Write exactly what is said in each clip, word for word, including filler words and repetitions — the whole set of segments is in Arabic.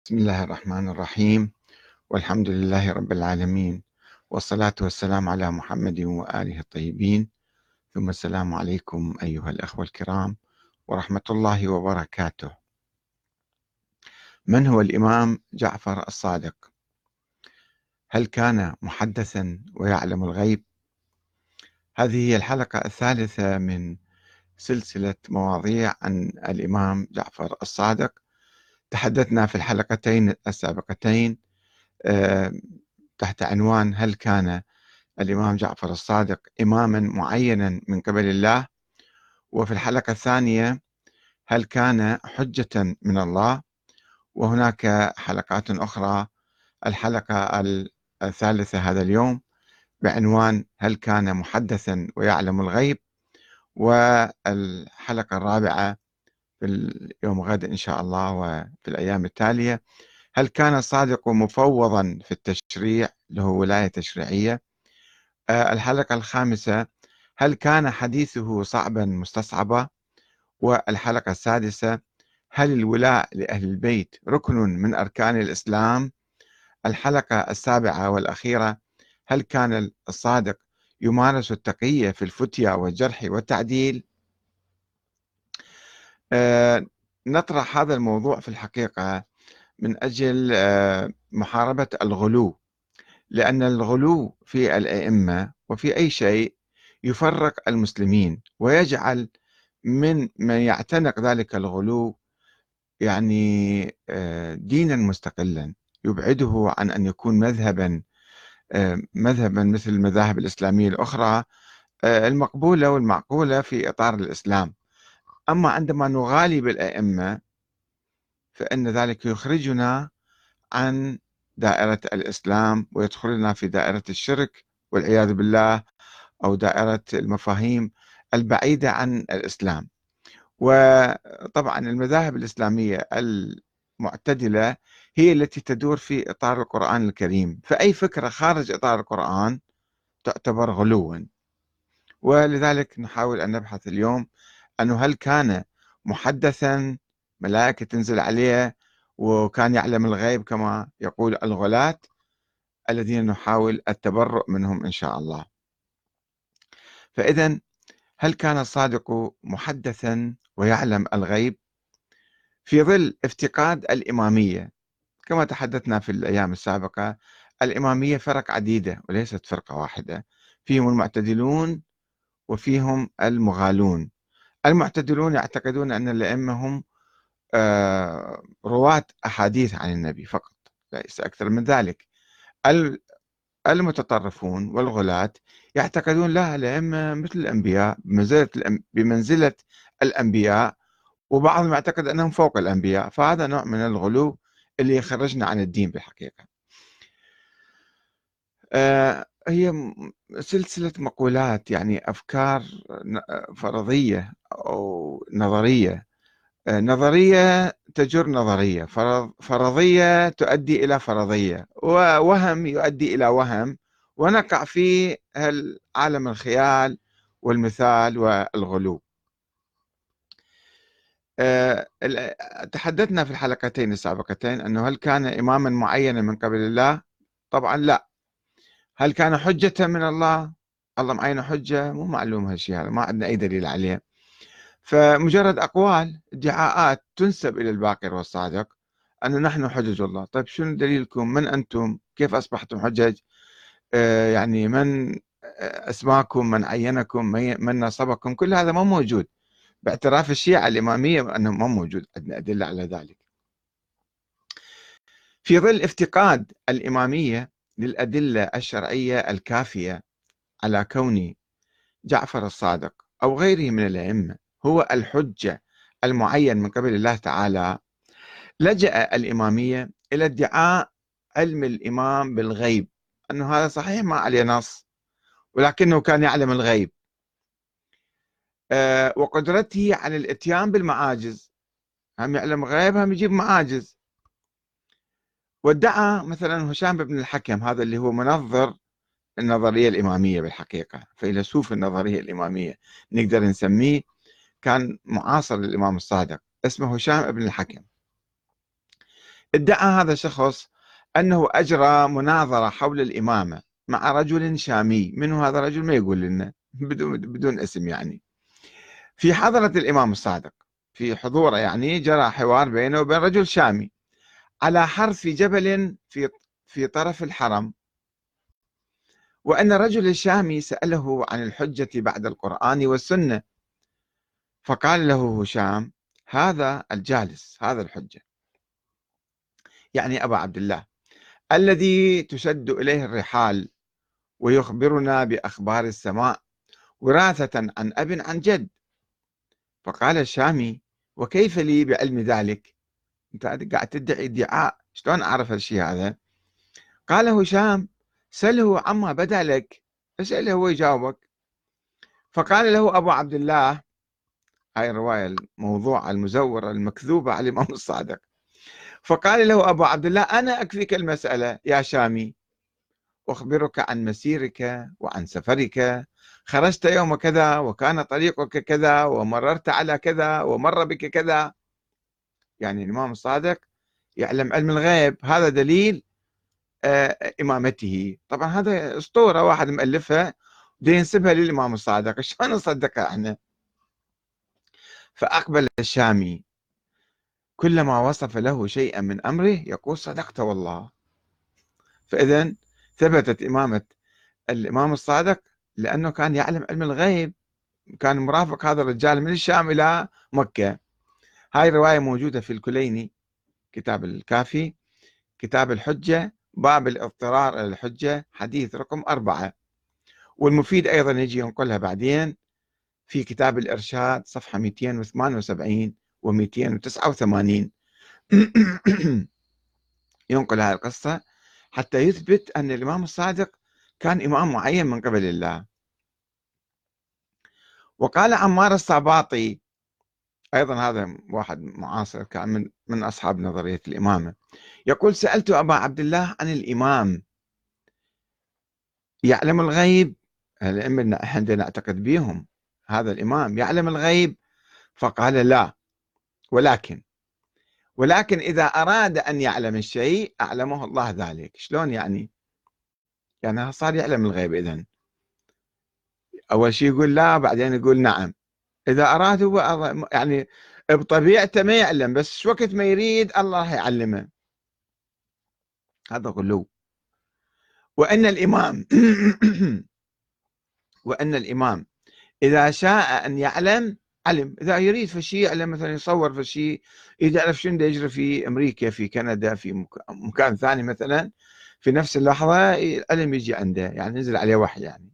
بسم الله الرحمن الرحيم، والحمد لله رب العالمين، والصلاة والسلام على محمد وآله الطيبين، ثم السلام عليكم أيها الأخوة الكرام ورحمة الله وبركاته. من هو الإمام جعفر الصادق؟ هل كان محدثا ويعلم الغيب؟ هذه هي الحلقة الثالثة من سلسلة مواضيع عن الإمام جعفر الصادق. تحدثنا في الحلقتين السابقتين آه، تحت عنوان هل كان الإمام جعفر الصادق إماما معينا من قبل الله، وفي الحلقة الثانية هل كان حجة من الله، وهناك حلقات أخرى. الحلقة الثالثة هذا اليوم بعنوان هل كان محدثا ويعلم الغيب، والحلقة الرابعة في اليوم غد إن شاء الله وفي الأيام التالية هل كان الصادق مفوضا في التشريع له ولاية تشريعية. الحلقة الخامسة هل كان حديثه صعبا مستصعبا. والحلقة السادسة هل الولاء لأهل البيت ركن من أركان الإسلام. الحلقة السابعة والأخيرة هل كان الصادق يمارس التقية في الفتيا والجرح والتعديل. أه نطرح هذا الموضوع في الحقيقة من أجل أه محاربة الغلو، لأن الغلو في الأئمة وفي أي شيء يفرق المسلمين ويجعل من من يعتنق ذلك الغلو يعني آه، دينا مستقلا، يبعده عن أن يكون مذهبا آه، مذهبا مثل المذاهب الإسلامية الأخرى آه، المقبولة والمعقولة في إطار الإسلام. أما عندما نغالي بالأئمة فإن ذلك يخرجنا عن دائرة الإسلام ويدخلنا في دائرة الشرك والعياذ بالله، أو دائرة المفاهيم البعيدة عن الإسلام. وطبعا المذاهب الإسلامية المعتدلة هي التي تدور في إطار القرآن الكريم، فأي فكرة خارج إطار القرآن تعتبر غلوا. ولذلك نحاول أن نبحث اليوم أنه هل كان محدثا ملائكة تنزل عليه وكان يعلم الغيب كما يقول الغلاة الذين نحاول التبرؤ منهم إن شاء الله. فإذا هل كان الصادق محدثا ويعلم الغيب في ظل افتقاد الإمامية؟ كما تحدثنا في الأيام السابقة، الإمامية فرق عديدة وليست فرقة واحدة، فيهم المعتدلون وفيهم المغالون. المعتدلون يعتقدون أن الأئمة هم آه، رواة أحاديث عن النبي فقط، ليس أكثر من ذلك. المتطرفون والغلاة يعتقدون لا، الأئمة مثل الأنبياء، بمنزلة بمنزلة الأنبياء، وبعضهم يعتقد أنهم فوق الأنبياء. فهذا نوع من الغلو اللي يخرجنا عن الدين بالحقيقة. آه هي م- سلسلة مقولات، يعني أفكار ن- فرضية أو نظرية. آه نظرية تجر نظرية، فرض فرضية تؤدي إلى فرضية، ووهم يؤدي إلى وهم، ونقع في هال- عالم الخيال والمثال والغلو. آه، ال- تحدثنا في الحلقتين السابقتين أنه هل كان إماما معينا من قبل الله؟ طبعا لا. هل كان حجة من الله؟ الله معين حجة؟ مو معلوم هالشيء، هذا ما عندنا أي دليل عليه. فمجرد أقوال ادعاءات تنسب إلى الباقر والصادق أنه نحن حجج الله. طيب شنو دليلكم؟ من أنتم؟ كيف أصبحتم حجج؟ آه يعني من آه، أسماكم؟ من عينكم؟ من من نصبكم؟ كل هذا ما موجود باعتراف الشيعة الإمامية، أنه ما موجود عندنا أدلة على ذلك. في ظل افتقاد الإمامية للأدلة الشرعية الكافية على كون جعفر الصادق أو غيره من الأئمة هو الحجة المعين من قبل الله تعالى، لجأ الإمامية إلى ادعاء علم الإمام بالغيب، أنه هذا صحيح ما عليه نص، ولكنه كان يعلم الغيب، أه وقدرته على الإتيان بالمعاجز، هم يعلم غيب هم يجيب معاجز. وادعى مثلا هشام بن الحكم، هذا اللي هو منظر النظرية الإمامية بالحقيقة، فيلسوف النظرية الإمامية نقدر نسميه، كان معاصر للإمام الصادق، اسمه هشام بن الحكم. ادعى هذا الشخص أنه أجرى مناظرة حول الإمامة مع رجل شامي. منه هذا الرجل ما يقول لنا، بدون بدون اسم يعني، في حضرة الإمام الصادق، في حضوره يعني جرى حوار بينه وبين رجل شامي على حرث جبل في في طرف الحرم، وأن الرجل الشامي سأله عن الحجة بعد القرآن والسنة، فقال له هشام: هذا الجالس، هذا الحجة، يعني أبا عبد الله، الذي تشد إليه الرحال ويخبرنا بأخبار السماء وراثة عن أب عن جد. فقال الشامي: وكيف لي بعلم ذلك؟ أنت قاعد تدعي ادعاء، شلون أعرف الشيء هذا؟ قال هشام: سله عما بدا لك، اسأله هو يجاوبك. فقال له أبو عبد الله، هاي الرواية الموضوعة المزورة المكذوبة على الإمام الصادق، فقال له أبو عبد الله: أنا أكفيك المسألة يا شامي، أخبرك عن مسيرك وعن سفرك. خرجت يوم كذا وكان طريقك كذا ومررت على كذا ومر بك كذا. يعني الإمام الصادق يعلم علم الغيب، هذا دليل آه إمامته. طبعا هذا أسطورة واحد مؤلفها بده ينسبها للإمام الصادق، شلون نصدقها احنا؟ فأقبل الشامي، كلما وصف له شيئا من أمره يقول: صدقت والله. فإذا ثبتت إمامة الإمام الصادق لأنه كان يعلم علم الغيب، كان مرافق هذا الرجال من الشام إلى مكة. هاي الرواية موجودة في الكليني، كتاب الكافي، كتاب الحجة، باب الاضطرار إلى الحجة، حديث رقم أربعة. والمفيد أيضا يجي ينقلها بعدين في كتاب الإرشاد صفحة مئتين وثمانية وسبعين و مئتين وتسعة وثمانين ينقل هذه القصة حتى يثبت أن الإمام الصادق كان إمام معين من قبل الله. وقال عمار الصباطي، أيضا هذا واحد معاصر كان من, من أصحاب نظرية الإمامة، يقول: سألت أبا عبد الله عن الإمام يعلم الغيب، الأئمة عندنا نعتقد بهم، هذا الإمام يعلم الغيب؟ فقال: لا، ولكن ولكن إذا أراد أن يعلم الشيء أعلمه الله ذلك. شلون يعني؟ يعني صار يعلم الغيب إذن، أول شيء يقول لا، بعدين يقول نعم. إذا أراد هو يعني بطبيعته ما يعلم، بس شو وقت ما يريد الله راح يعلمه. هذا غلو. وأن الإمام وأن الإمام إذا شاء أن يعلم علم، إذا يريد في شيء يعلم، مثلا يصور في شيء، يعرف شنو يجري في أمريكا، في كندا، في مكان ثاني مثلا، في نفس اللحظة العلم يجي عنده، يعني نزل عليه وحي يعني.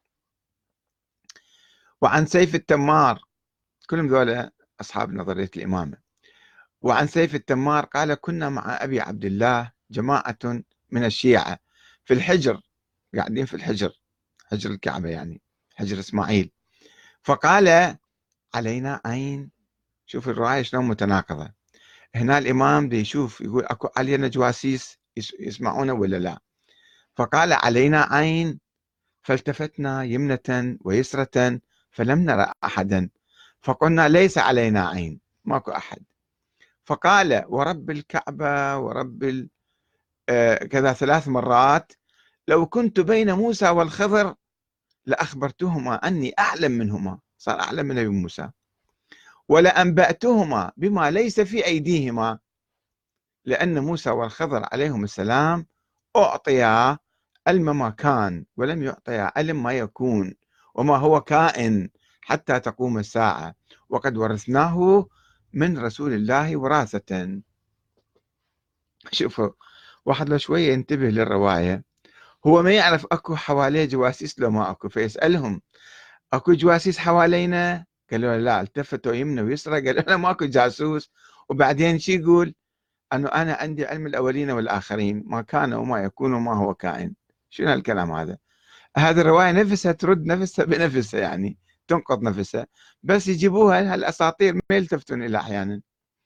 وعن سيف التمار، كلهم ذولا أصحاب نظرية الإمامة. وعن سيف التمار قال: كنا مع أبي عبد الله جماعة من الشيعة في الحجر، قاعدين في الحجر، حجر الكعبة يعني، حجر إسماعيل، فقال: علينا عين. شوف الرواية شلون متناقضة. هنا الإمام دي يشوف يقول أكو علينا جواسيس يسمعونه ولا لا، فقال: علينا عين. فالتفتنا يمنة ويسرة فلم نرى أحدا، فقلنا: ليس علينا عين، ماكو أحد. فقال: ورب الكعبة ورب ال... آه كذا ثلاث مرات: لو كنت بين موسى والخضر لأخبرتهما أني أعلم منهما، صار أعلم من نبي موسى، ولأنبأتهما بما ليس في أيديهما، لأن موسى والخضر عليهم السلام أعطيا علم ما كان ولم يعطيا علم ما يكون وما هو كائن حتى تقوم الساعة، وقد ورثناه من رسول الله وراثة. شوفوا، واحد لو شوية ينتبه للرواية، هو ما يعرف أكو حواليه جواسيس لو ما أكو، فيسألهم: أكو جواسيس حوالينا؟ قالوا لا. التفتوا يمنى ويسرى قالوا لا، ماكو جاسوس. وبعدين شي يقول؟ أنه أنا عندي علم الأولين والآخرين، ما كان وما يكون وما هو كائن. شنو هالكلام هذا؟ هذه الرواية نفسها ترد نفسها بنفسها، يعني تنقض نفسها، بس يجيبوها هالأساطير ما يلتفتون إلى أحيانا.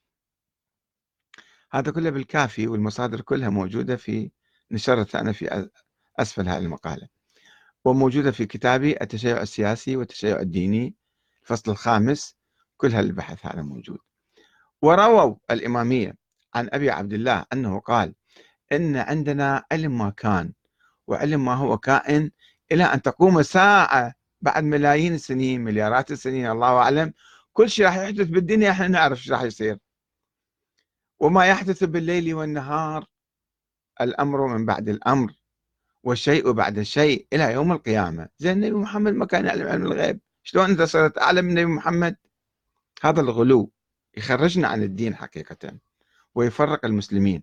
هذا كله بالكافي، والمصادر كلها موجودة في، نشرت أنا في أسفل هذه المقالة، وموجودة في كتابي التشيع السياسي والتشيع الديني الفصل الخامس، كل هالبحث هذا موجود. ورووا الإمامية عن أبي عبد الله أنه قال: إن عندنا علم ما كان وعلم ما هو كائن إلى أن تقوم الساعة، بعد ملايين السنين، مليارات السنين، الله أعلم. كل شيء راح يحدث بالدنيا احنا نعرف ايش راح يصير، وما يحدث بالليل والنهار الأمر من بعد الأمر، والشيء بعد الشيء إلى يوم القيامة. زين النبي محمد ما كان يعلم علم الغيب، شلون أنت صرت أعلم من النبي محمد؟ هذا الغلو يخرجنا عن الدين حقيقة ويفرق المسلمين.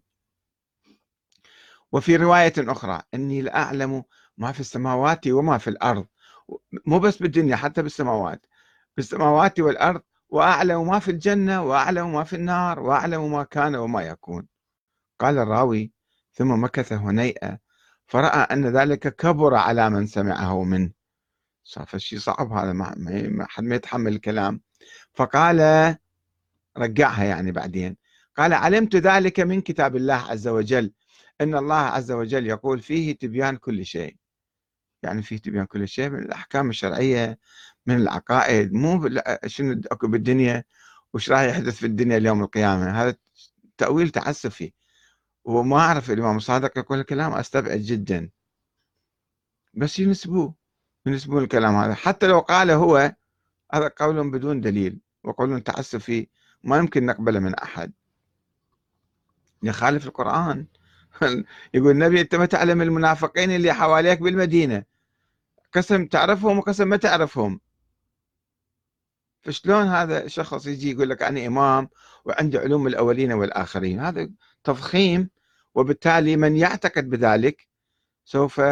وفي رواية أخرى: إني لأعلم ما في السماوات وما في الأرض، مو بس بالدنيا، حتى بالسماوات، بالسماوات والأرض، وأعلم ما في الجنة وأعلم ما في النار وأعلم ما كان وما يكون. قال الراوي: ثم مكث هنيئة فرأى أن ذلك كبر على من سمعه منه. صار شيء صعب هذا، ما ما حد ما يتحمل الكلام. فقال، رجعها يعني بعدين، قال: علمت ذلك من كتاب الله عز وجل، إن الله عز وجل يقول فيه تبيان كل شيء. يعني فيه تبيان كل شيء من الأحكام الشرعية، من العقائد، مو بال- شنو أكو بالدنيا وش راح يحدث في الدنيا اليوم القيامة. هذا تأويل تعسفي، وما أعرف الإمام الصادق يقول الكلام، أستبعد جدا، بس ينسبوه، ينسبون الكلام هذا حتى لو قال هو. هذا قول بدون دليل وقول تعسفي ما يمكن نقبله من أحد، يخالف القرآن. يقول النبي: أنت ما تعلم المنافقين اللي حواليك بالمدينة، قسم تعرفهم وقسم ما تعرفهم. فشلون هذا شخص يجي يقول لك أنا إمام وعندي علوم الأولين والآخرين؟ هذا تضخيم، وبالتالي من يعتقد بذلك سوف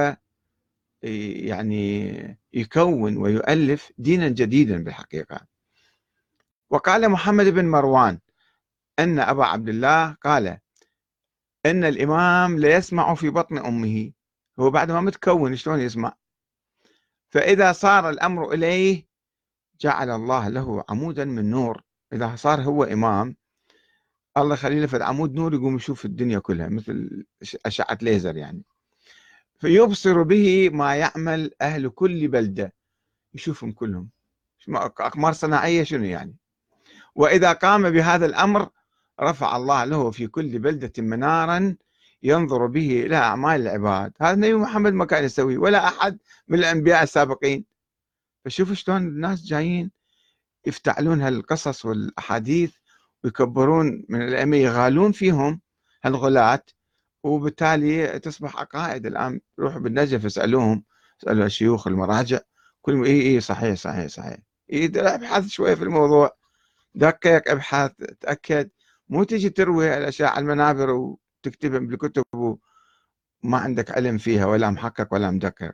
يعني يكون ويؤلف دينا جديدا بالحقيقة. وقال محمد بن مروان أن أبا عبد الله قال: إن الإمام ليسمع في بطن أمه. هو بعد ما متكون شلون يسمع؟ فإذا صار الأمر إليه جعل الله له عمودا من نور. إذا صار هو إمام، الله يخلي له في عمود نور يقوم يشوف الدنيا كلها مثل أشعة ليزر يعني، فيبصر به ما يعمل أهل كل بلدة، يشوفهم كلهم أقمار صناعية شنو يعني. وإذا قام بهذا الأمر رفع الله له في كل بلدة منارا ينظر به إلى أعمال العباد. هذا النبي محمد ما كان يسويه ولا أحد من الأنبياء السابقين. فشوفوا شلون الناس جايين يفتعلون هالقصص والأحاديث ويكبرون من الأئمة، يغالون فيهم هالغلاة، وبالتالي تصبح عقائد. الآن روحوا بالنجف اسألوهم، اسألوا الشيوخ المراجع، كلهم إي إي صحيح صحيح صحيح. إيه، ابحث شوية في الموضوع، دقق، ابحث، تأكد. مو تجي تروي الأشياء على المنابر وتكتبها بالكتب وما عندك علم فيها ولا محقق ولا مدقق.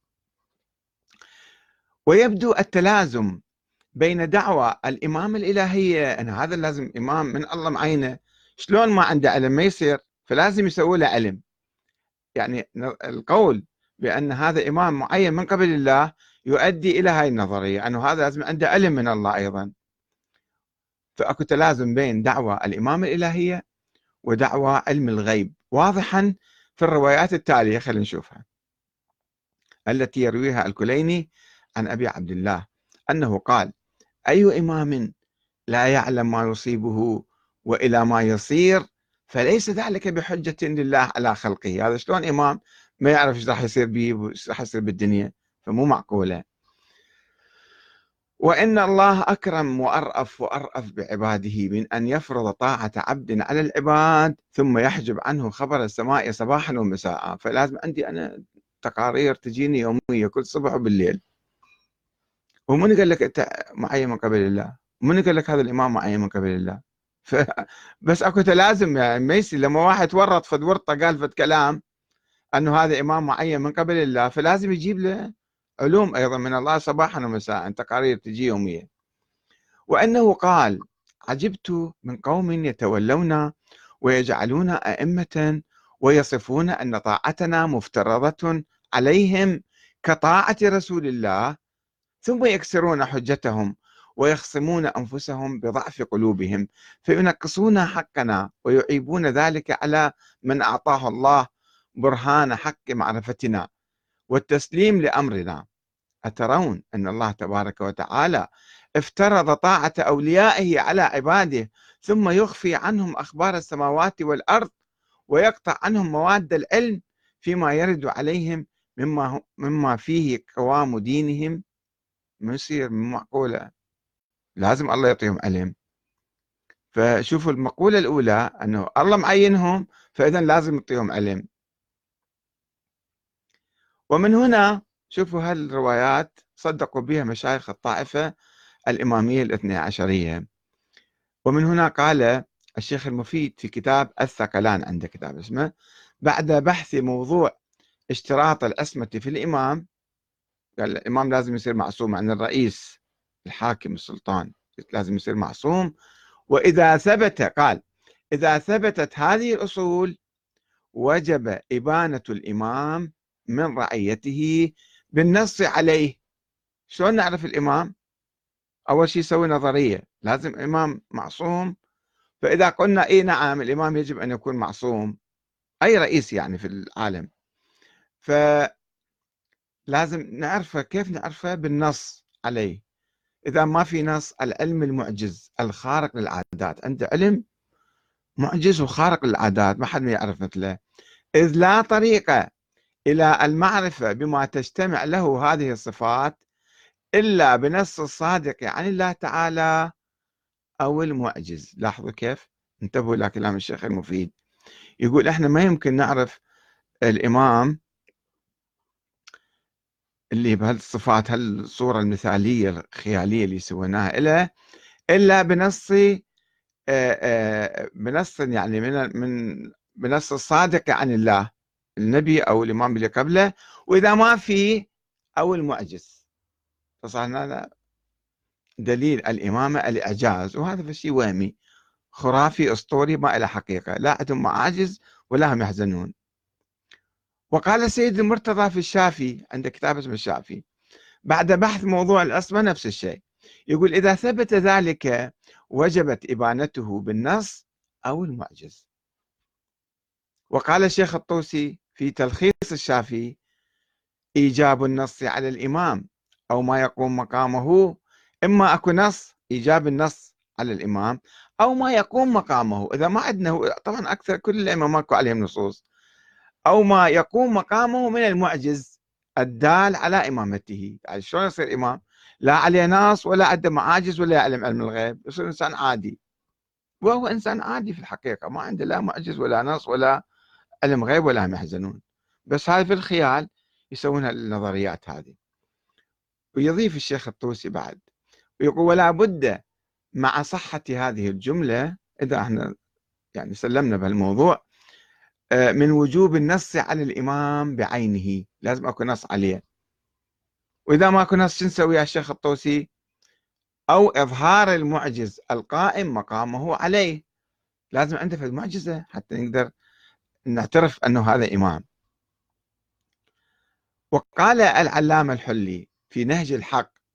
ويبدو التلازم بين دعوى الإمام الإلهية أن هذا لازم إمام من الله معينه، شلون ما عنده علم ما يصير، فلازم يسوي له علم. يعني القول بأن هذا إمام معين من قبل الله يؤدي إلى هاي النظرية، أنه هذا لازم عنده علم من الله أيضا. فأكو تلازم بين دعوى الإمام الإلهية ودعوى علم الغيب، واضحا في الروايات التالية. خلينا نشوفها، التي يرويها الكليني عن أبي عبد الله أنه قال: أي إمام لا يعلم ما يصيبه وإلى ما يصير فليس ذلك بحجة لله على خلقه. هذا شلون إمام ما يعرف ايش راح يصير به وايش راح يصير بالدنيا؟ فمو معقولة. وإن الله أكرم وأرأف وأرأف بعباده من أن يفرض طاعة عبد على العباد ثم يحجب عنه خبر السماء صباحا ومساء. فلازم عندي أنا تقارير تجيني يومية كل صبح وبالليل. ومن قال لك أنت معين من قبل الله؟ ومن قال لك هذا الإمام معين من قبل الله؟ ف... بس أكو تلازم يعني، ما يصير لما واحد ورط فد ورطة قال فد كلام أنه هذا إمام معين من قبل الله، فلازم يجيب له علوم أيضا من الله صباحا ومساء، تقارير تجي يومية. وأنه قال: عجبت من قوم يتولون ويجعلون أئمة ويصفون أن طاعتنا مفترضة عليهم كطاعة رسول الله، ثم يكسرون حجتهم ويخصمون أنفسهم بضعف قلوبهم فينقصون حقنا ويعيبون ذلك على من أعطاه الله برهان حق معرفتنا والتسليم لأمرنا. أترون أن الله تبارك وتعالى افترض طاعة أوليائه على عباده ثم يخفي عنهم أخبار السماوات والأرض ويقطع عنهم مواد العلم فيما يرد عليهم مما مما فيه قوام دينهم. ما يصير معقولة، لازم الله يعطيهم علم. فشوفوا المقولة الأولى أنه الله معينهم، فإذا لازم يعطيهم علم. ومن هنا شوفوا هالروايات صدقوا بها مشايخ الطائفة الإمامية الاثنى عشرية. ومن هنا قال الشيخ المفيد في كتاب الثقلان، عنده كتاب اسمه بعد بحث موضوع اشتراط العصمة في الإمام، قال الإمام لازم يصير معصوم عن الرئيس الحاكم السلطان، لازم يصير معصوم. وإذا ثبت، قال إذا ثبتت هذه الأصول وجب إبانة الإمام من رعيته بالنص عليه. شلون نعرف الإمام؟ أول شيء يسوي نظرية، لازم إمام معصوم. فإذا قلنا إيه نعم الإمام يجب أن يكون معصوم، أي رئيس يعني في العالم، فلازم نعرفه. كيف نعرفه؟ بالنص عليه. إذا ما في نص، العلم المعجز الخارق للعادات، عنده علم معجز وخارق للعادات ما حد ما يعرف مثله، إذ لا طريقة إلى المعرفة بما تجتمع له هذه الصفات إلا بنص الصادق عن الله تعالى أو المعجز. لاحظوا كيف، انتبهوا إلى كلام الشيخ المفيد، يقول إحنا ما يمكن نعرف الإمام اللي بهالصفات، هالصورة المثالية الخيالية اللي سويناها إله، إلا بنص بنص يعني من من بنص الصادق عن الله، النبي أو الإمام اللي قبله، وإذا ما في أو المعجز. فصار دليل الإمامة الإعجاز، وهذا شيء وهمي خرافي أسطوري ما إلى حقيقة، لا عندهم معاجز ولا هم يحزنون. وقال السيد المرتضى في الشافي، عنده كتاب اسمه الشافي، بعد بحث موضوع العصمة نفس الشيء، يقول إذا ثبت ذلك وجبت إبانته بالنص أو المعجز. وقال الشيخ الطوسي في تلخيص الشافي إيجاب النص على الإمام أو ما يقوم مقامه، إما أكو نص إيجاب النص على الإمام أو ما يقوم مقامه. إذا ما عندنا، طبعا أكثر كل الأئمة ماكو عليهم نصوص، أو ما يقوم مقامه من المعجز الدال على إمامته. يعني شلون يصير إمام؟ لا عليه نص ولا عنده معاجز ولا يعلم علم الغيب، يصير إنسان عادي، وهو إنسان عادي في الحقيقة، ما عنده لا معجز ولا نص ولا علم غيب ولا هم يحزنون. بس هاي في الخيال يسوون النظريات هذه. ويضيف الشيخ الطوسي بعد ويقول ولا بد مع صحة هذه الجملة، إذا احنا يعني سلمنا بهالموضوع، من وجوب النص على الإمام بعينه، لازم أكو نص عليه. وإذا ما أكو نص شو نسوي يا الشيخ الطوسي؟ أو إظهار المعجز القائم مقامه عليه، لازم عنده في المعجزة حتى نقدر نعترف أنه هذا إمام. وقال العلامة الحلي في نهج الحق